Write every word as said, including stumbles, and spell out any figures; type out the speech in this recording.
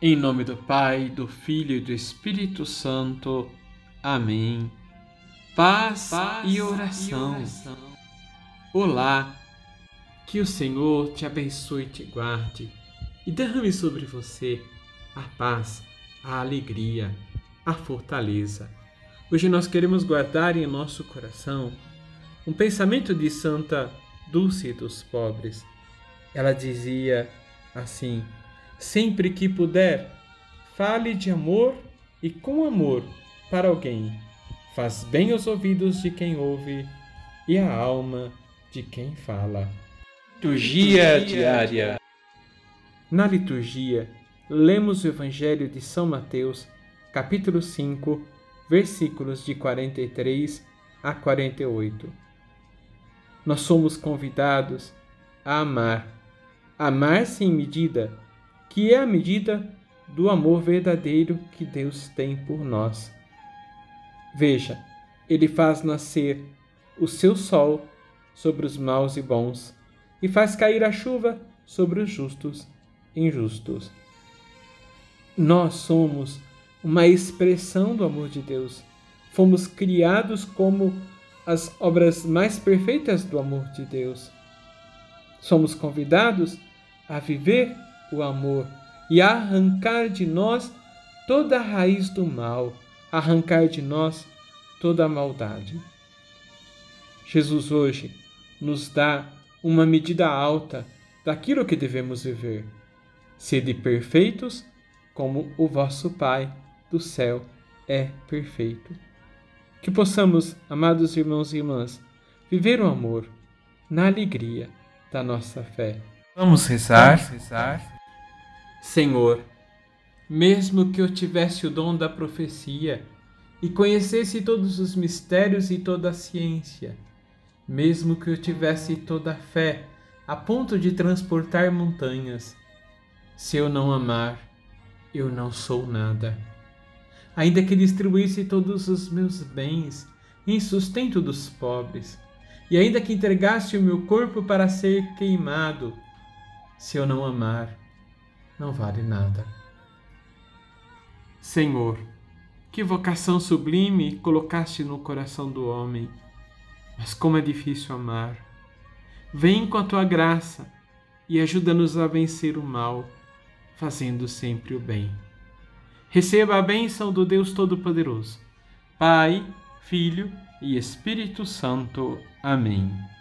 Em nome do Pai, do Filho e do Espírito Santo. Amém. Paz, Paz e, oração. e oração. Olá, que o Senhor te abençoe e te guarde e derrame sobre você a paz, a alegria, a fortaleza. Hoje nós queremos guardar em nosso coração um pensamento de Santa Dulce dos Pobres. Ela dizia assim: sempre que puder, fale de amor e com amor para alguém. Faz bem aos ouvidos de quem ouve e à alma de quem fala. Liturgia diária. Na liturgia, lemos o Evangelho de São Mateus, capítulo cinco, versículos de quarenta e três a quarenta e oito. Nós somos convidados a amar, amar sem medida, que é a medida do amor verdadeiro que Deus tem por nós. Veja, Ele faz nascer o seu sol sobre os maus e bons e faz cair a chuva sobre os justos e injustos. Nós somos uma expressão do amor de Deus. Fomos criados como as obras mais perfeitas do amor de Deus. Somos convidados a viver o amor e a arrancar de nós toda a raiz do mal, arrancar de nós toda a maldade. Jesus hoje nos dá uma medida alta daquilo que devemos viver. Sede perfeitos, como o vosso Pai do céu é perfeito. Que possamos, amados irmãos e irmãs, viver o amor na alegria da nossa fé. Vamos rezar. Vamos rezar. Senhor, mesmo que eu tivesse o dom da profecia e conhecesse todos os mistérios e toda a ciência, mesmo que eu tivesse toda a fé a ponto de transportar montanhas, se eu não amar, eu não sou nada. Ainda que distribuísse todos os meus bens em sustento dos pobres, e ainda que entregasse o meu corpo para ser queimado, se eu não amar, não vale nada. Senhor, que vocação sublime colocaste no coração do homem, mas como é difícil amar. Vem com a tua graça e ajuda-nos a vencer o mal, fazendo sempre o bem. Receba a bênção do Deus Todo-Poderoso, Pai, Filho e Espírito Santo. Amém.